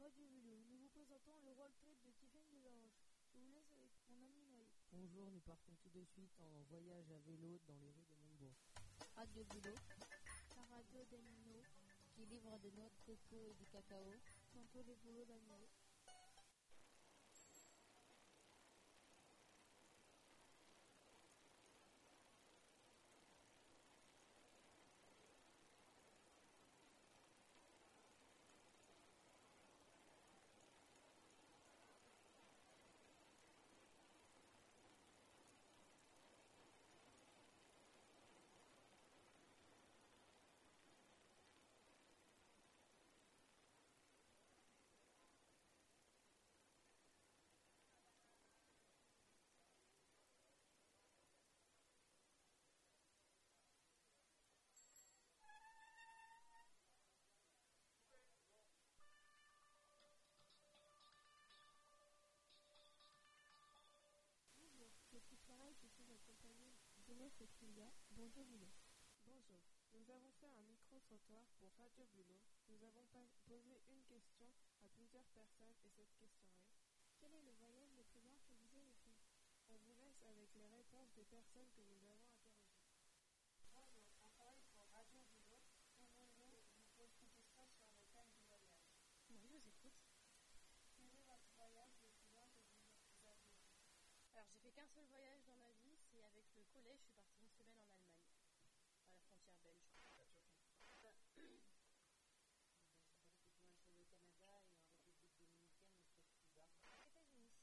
Radio Vélo. Nous vous présentons le road trip de Tiffany Delaroche. Je vous laisse avec mon ami Noé. Bonjour, nous partons tout de suite en voyage à vélo dans les rues de Montebourg. Radio Vélo, La radio des minots, qui livre de noix de coco et du cacao. tantôt les boulots d'agneau. Bonjour, je suis Clara et je suis accompagnée d'Inès et Julia. Bonjour Inès. Bonjour, nous avons fait un micro-trottoir pour Radio Bulot. Nous avons posé une question à plusieurs personnes et cette question est: Quel est le voyage le plus loin que vous ayez fait? on vous laisse avec les réponses des personnes que nous avons interrogées. Bonjour, on travaille pour Radio Bulot. Pouvons-nous vous poser une question sur le thème du voyage? Oui, je vous écoute. Quel est votre voyage le plus loin que vous avez fait? Alors j'ai fait qu'un seul voyage dans ma vie, c'est avec le collège, je suis partie une semaine en Allemagne, à la frontière belge. J'ai fait plus loin entre le Canada et en République dominicaine et sur Cuba. États-Unis.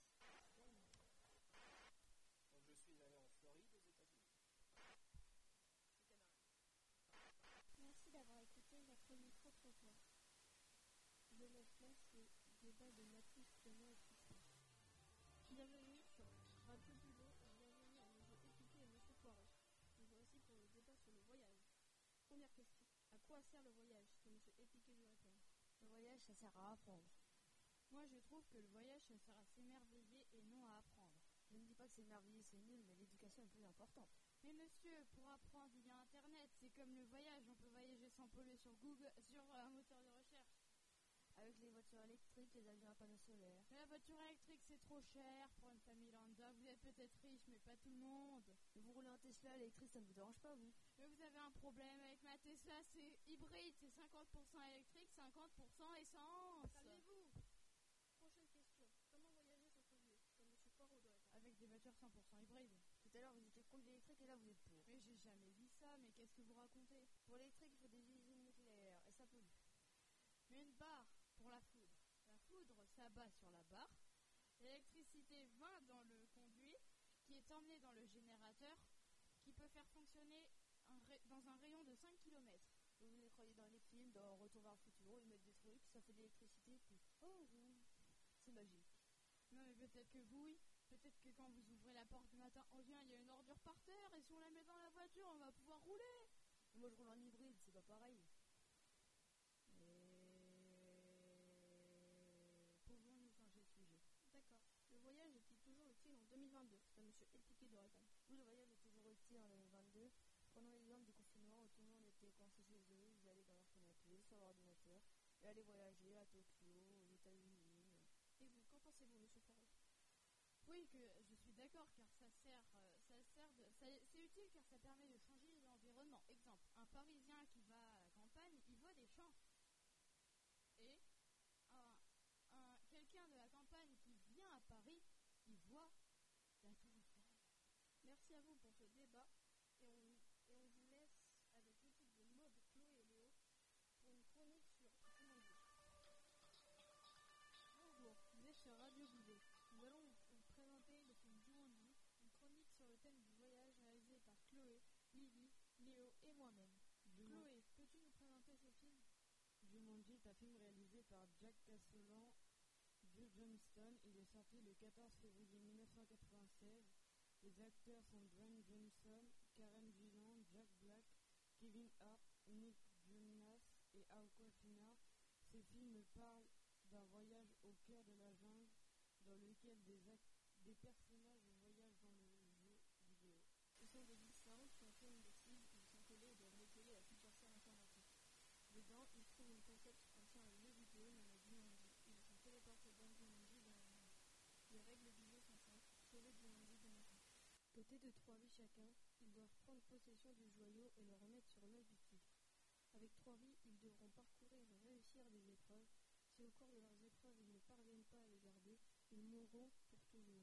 Donc je suis allé en Floride aux États-Unis. C'était marrant. Merci d'avoir écouté notre micro-trottoir. Je laisse place au débat de Mathis, Clément et Christophe. Bienvenue sur Radio Bulot et bienvenue à Monsieur Épiqué et Monsieur Poiret. Nous voici pour le débat sur le voyage. Première question. À quoi sert le voyage? Que Monsieur Épiqué veut répondre. Le voyage, ça sert à apprendre. Moi, je trouve que le voyage, ça sert à s'émerveiller et non à apprendre. Je ne dis pas que s'émerveiller, c'est nul, mais l'éducation est plus importante. Mais monsieur, pour apprendre, il y a Internet. C'est comme le voyage. On peut voyager sans polluer sur Google, sur un moteur de recherche. Avec les voitures électriques, les avions à panneaux solaires. Mais la voiture électrique, c'est trop cher pour une famille lambda. Vous êtes peut-être riche, mais pas tout le monde. Mais vous roulez en Tesla électrique, ça ne vous dérange pas, vous? Mais vous avez un problème avec ma Tesla, c'est hybride. C'est 50% électrique, 50% essence. Calmez-vous. Prochaine question. Comment voyager sans polluer? Que Monsieur Poirot doit répondre. Avec des voitures 100% hybrides. Tout à l'heure, vous étiez contre l'électrique et là, vous êtes pour. Mais j'ai jamais dit ça, mais qu'est-ce que vous racontez? Pour l'électrique, il faut des usines nucléaires et ça pollue. Mais une barre pour la foudre. La foudre s'abat sur la barre. L'électricité va dans le conduit qui est emmené dans le générateur qui peut faire fonctionner dans un rayon de 5 km. Vous les croyez dans les films, dans Retour vers le futur, ils mettent des trucs, ça fait de l'électricité, puis oh, c'est magique. Non mais peut-être que oui. Peut-être que quand vous ouvrez la porte du matin, on vient, il y a une ordure par terre et si on la met dans la voiture, on va pouvoir rouler. Mais moi, je roule en hybride, c'est pas pareil. Pouvons-nous changer de sujet? D'accord. Le voyage est-il toujours utile en 2022? C'est à Monsieur Épiqué de répondre. Oui, le voyage est toujours utile en 2022. Prenons l'exemple du confinement où tout le monde était coincé chez eux. Ils allaient dans leur canapé, sur l'ordinateur, et allaient voyager à Tokyo, aux États-Unis. Et vous, qu'en pensez-vous, Monsieur Poirot? Oui, que je suis d'accord, car c'est utile car ça permet de changer l'environnement. Exemple, un Parisien qui va à la campagne, il voit des champs. Et quelqu'un de la campagne qui vient à Paris, il voit la Tour Eiffel. Merci à vous pour ce débat et on vous laisse avec l'équipe de mode Chloé et Léo pour une chronique sur Jumanji. Bonjour, vous êtes sur Radio Bulot. Nous allons vous présenter le film Jumanji, une chronique sur le thème du voyage réalisée par Chloé, Lily, Léo et moi-même. Chloé, peux-tu nous présenter ce film? Jumanji est un film réalisé par Jack Cassolan, Joe Johnston. Il est sorti le 14 février 1996. Les acteurs sont Dwayne Johnson, Karen Gillan, Jack Black, Kevin Hart, Nick Jonas et Awkwafina. Ce film parle d'un voyage au cœur de la jungle dans lequel des personnages voyagent dans le jeu vidéo. Ce sont des lycéens qui ont fait une bêtise, ils sont collés et doivent recoller à plusieurs salles informatiques. Dedans, ils trouvent une cassette qui contient un jeu vidéo nommé Jumanji. Ils y sont sauver Jumanji de maintenant. Dotés de 3 vies chacun, ils doivent prendre possession du joyau et le remettre sur l'œil du tigre. Avec 3 vies, ils devront parcourir et réussir des épreuves. Si au cours de leurs épreuves ils ne parviennent pas à les garder, ils mourront pour toujours.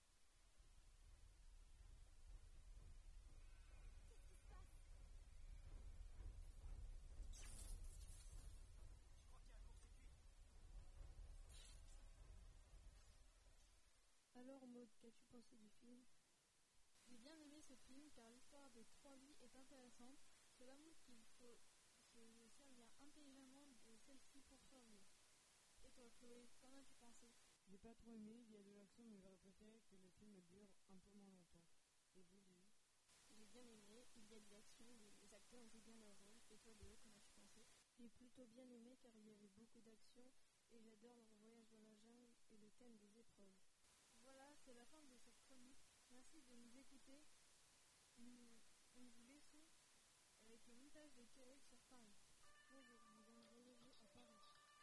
Alors Maud, qu'as-tu pensé du film? J'ai bien aimé ce film car l'histoire des 3 vies est intéressante. Cela montre qu'il faut se servir intelligemment de celle-ci pour survivre. Et toi Chloé, qu'en as-tu pensé? J'ai pas trop aimé, il y a de l'action, mais j'aurais préféré que le film dure un peu moins longtemps. Et vous, Lily? J'ai bien aimé, il y a de l'action, les acteurs jouent bien leur rôle. Et toi Léo, qu'en as-tu pensé? J'ai plutôt bien aimé car il y avait beaucoup d'action et j'adore leur voyage dans la jungle et le thème des épreuves. Voilà, c'est la fin de cette chronique. Merci de nous écouter. Nous vous laissons avec le montage de Kéril sur Paris. Bonjour, nous allons voyager à Paris.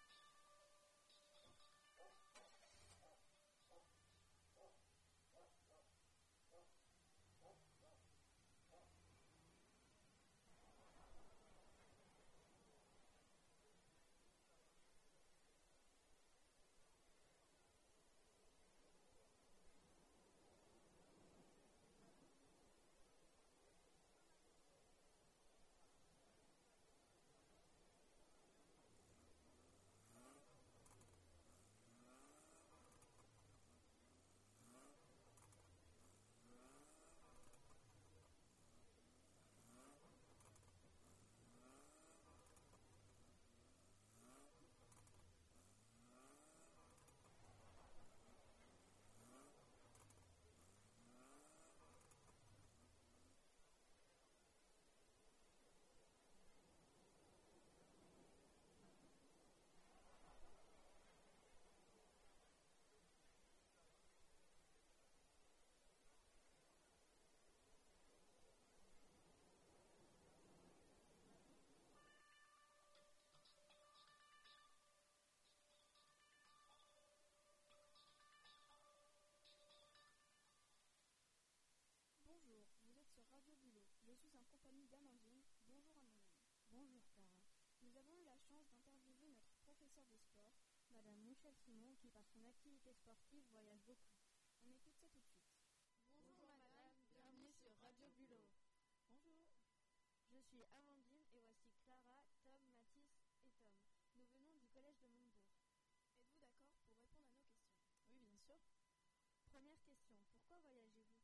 Bonjour, vous êtes sur Radio Bulot. Je suis en compagnie d'Amandine. Bonjour Amandine. Bonjour Clara. Nous avons eu la chance d'interviewer notre professeur de sport, Madame Michel Simon, qui par son activité sportive voyage beaucoup. On écoute ça tout de suite. Bonjour madame, bienvenue sur Radio Bulot. Bonjour. Je suis Amandine et voici Clara, Tom, Mathis et Tom. Nous venons du collège de Montebourg. Êtes-vous d'accord pour répondre à nos questions? Oui, bien sûr. Première question, pourquoi voyagez-vous?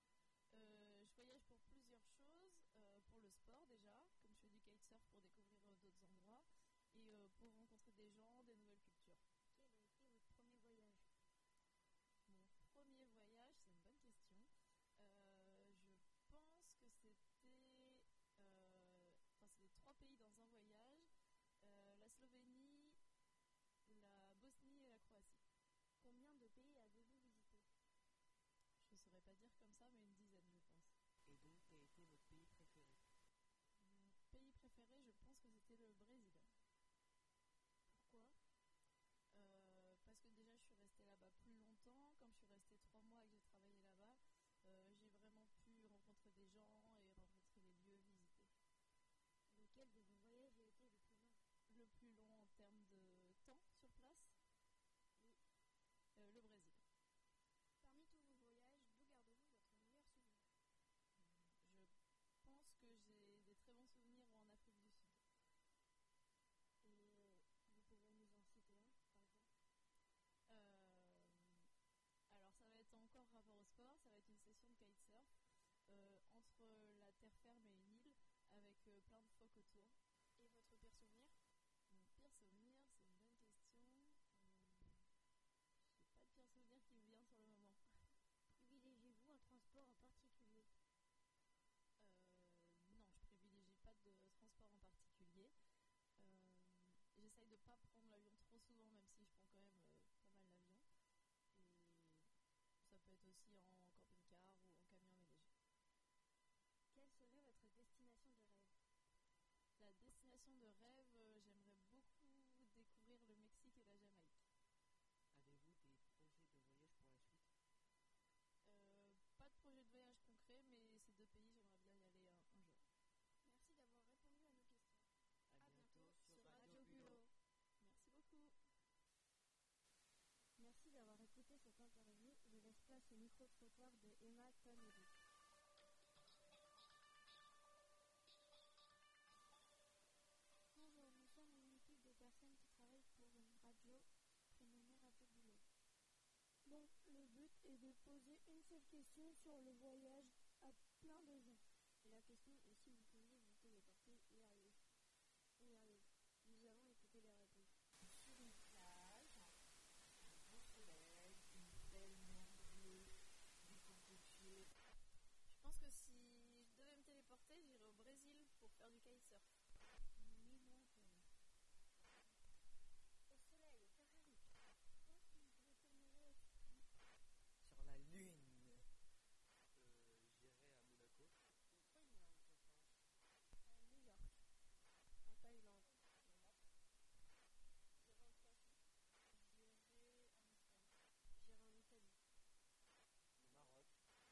Je voyage pour plusieurs choses. Pour le sport déjà, comme je fais du kitesurf pour découvrir d'autres endroits, et pour rencontrer des gens, des nouvelles cultures. Quel a été votre premier voyage? Mon premier voyage, c'est une bonne question. Je pense que c'était... c'était 3 pays dans un voyage. La Slovénie, la Bosnie et la Croatie. Combien de pays avez-vous visité? Je ne saurais pas dire comme ça, mais une dizaine, je pense. Et donc, quel a été votre pays préféré? Mon pays préféré, je pense que c'était le Brésil. Pourquoi? Parce que déjà, je suis restée là-bas plus longtemps. Comme je suis restée 3 mois et que j'ai travaillé là-bas, j'ai vraiment pu rencontrer des gens et rencontrer les lieux, visiter. Lequel de vos voyages a été le plus long? Le plus long en termes de temps sur place? Oui. Le Brésil. Parmi tous vos voyages, d'où gardez-vous votre meilleur souvenir? Je pense que j'ai des très bons souvenirs en Afrique du Sud. Et vous pouvez nous en citer un, par exemple? Alors ça va être encore rapport au sport, ça va être une session de kitesurf entre la terre ferme et une île avec plein de phoques autour. Et votre pire souvenir? Mon pire souvenir, c'est une bonne question. J'ai pas de pire souvenir qui me vient sur le moment. Privilégiez-vous un transport en particulier? Non, je privilégie pas de transport en particulier. J'essaye de ne pas prendre l'avion trop souvent, même si je prends quand même pas mal l'avion. Et ça peut être aussi en camping-car ou en camion aménagé. Quelle serait votre destination de rêve? La destination de rêve, j'aimerais beaucoup découvrir le Mexique et la Jamaïque. Avez-vous des projets de voyage pour la suite? micro-trottoir de Emma Tonelli. Bonjour, nous sommes une équipe de personnes qui travaillent pour une radio prénommée Radio Bulot. Donc, le but est de poser une seule question sur le voyage à plein de gens. Et la question est si vous pouviez vous téléporter, où iriez-vous? Nous allons écouter les réponses. Sur une plage, un beau soleil, une belle mer bleue, des cocotiers. Je pense que si je devais me téléporter, j'irais au Brésil pour faire du kitesurf. Ni lointaine. Au soleil, au Caraïbes. Je pense que je retournerai au ski. Sur la lune. J'irai à Monaco. Au Groenland, je pense. À New York. En Thaïlande. J'irai en Croatie. J'irai en Espagne. J'irai en Italie. Au Maroc.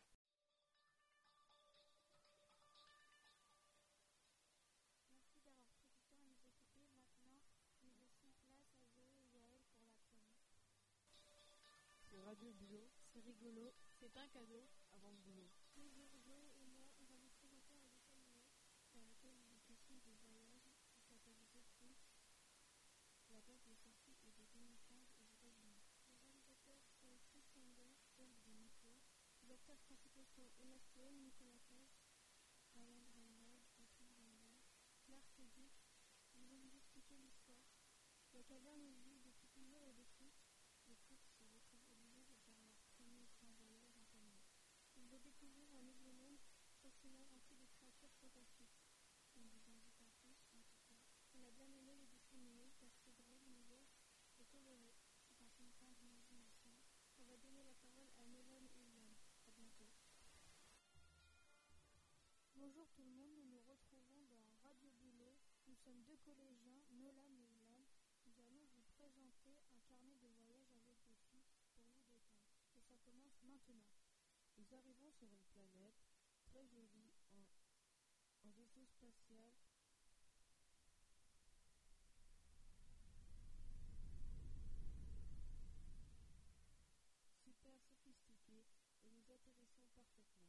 Merci d'avoir pris du temps à nous écouter. Maintenant, nous laissons place à Zoé et Yaël pour la chronique. C'est Radio Bulot, c'est rigolo, c'est un cadeau avant le boulot. Bonjour, Zoé et moi, on va vous présenter un dessin animé dans lequel il est question de voyage qui s'appelle The Prince. La date de sortie est de 2015 aux États-Unis. Les réalisateurs sont Chris Sander, donc de Nico. Les acteurs principaux sont Emma Stone, Nicolas Cage, Ryan Reynolds, Patrick Zander, Clark Hedrick. Ils vont vous expliquer l'histoire. La caverne où ils vivent depuis toujours est détruite. Les Princes se retrouvent obligés de faire leur premier grand voyage en famille. Ils vont découvrir un nouveau monde fascinant rempli de créatures fantastiques. On ne vous en dit pas plus, en tout cas. On a bien aimé le dessin animé car c'est drôle, nouveau et coloré. C'est un film plein d'imagination. On va donner la parole à Nolan et Ian. À bientôt. Bonjour tout le monde, nous nous retrouvons dans Radio Bulot. Nous sommes deux collégiens, Nolan et Ilan. Nous allons vous présenter un carnet de voyage avec des fiches pour vous détendre. Et ça commence maintenant. Nous arrivons sur une planète très jolie en vaisseau spatial. Super sophistiqué et nous atterrissons parfaitement.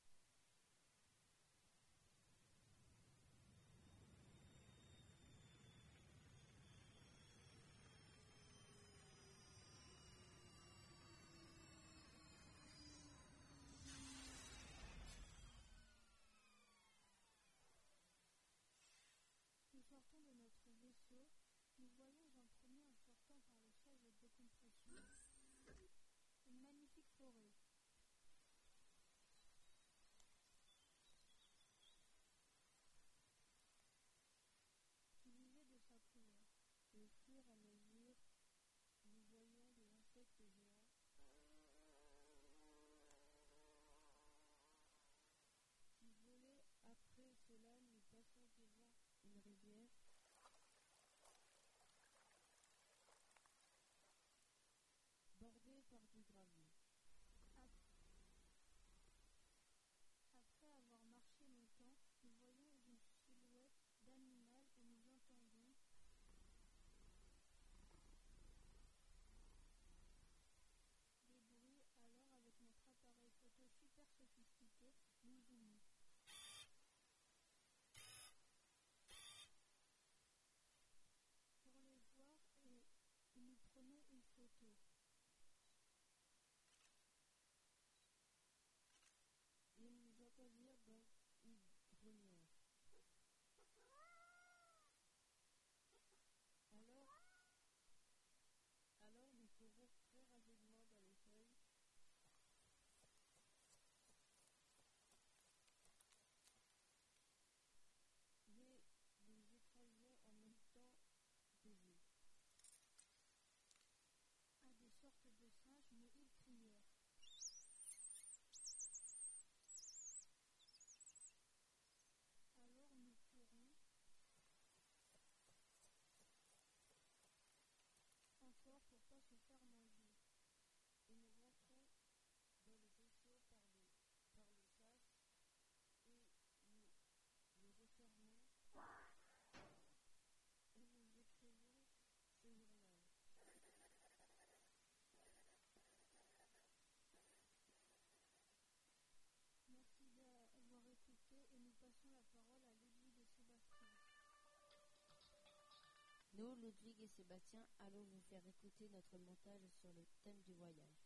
Nous sortons de notre vaisseau. Nous voyons en premier en sortant par le siège de décompression une magnifique forêt. Qui vivait de sa couleur. Et au fur et à mesure, nous voyons des insectes géants qui volaient. Après cela, nous passons devant une rivière bordée par du gravier. Après avoir marché longtemps, nous voyons une silhouette d'animal et nous entendons des bruits. Alors, avec notre appareil photo super sophistiqué, nous zoomons. Pour les voir et nous prenons une photo. Ils nous entendirent dans une grenière. Alors nous courons très rapidement dans les feuilles. Mais nous écrasions en même temps des œufs. À des sortes de singes, mais ils crièrent. Nous, Ludwig et Sébastien, allons vous faire écouter notre montage sur le thème du voyage.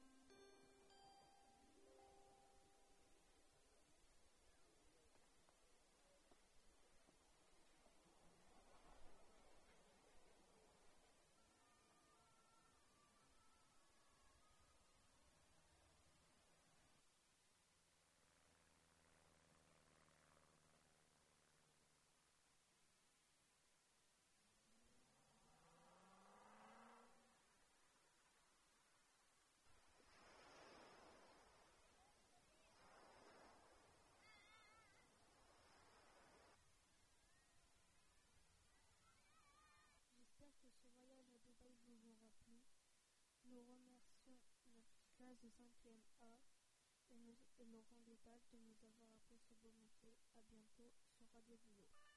J'espère que ce voyage à Dubaï vous aura plu. Nous remercions notre classe de 5e A et Laurent Détal de nous avoir appris ce beau métier. À bientôt sur Radio Boulot.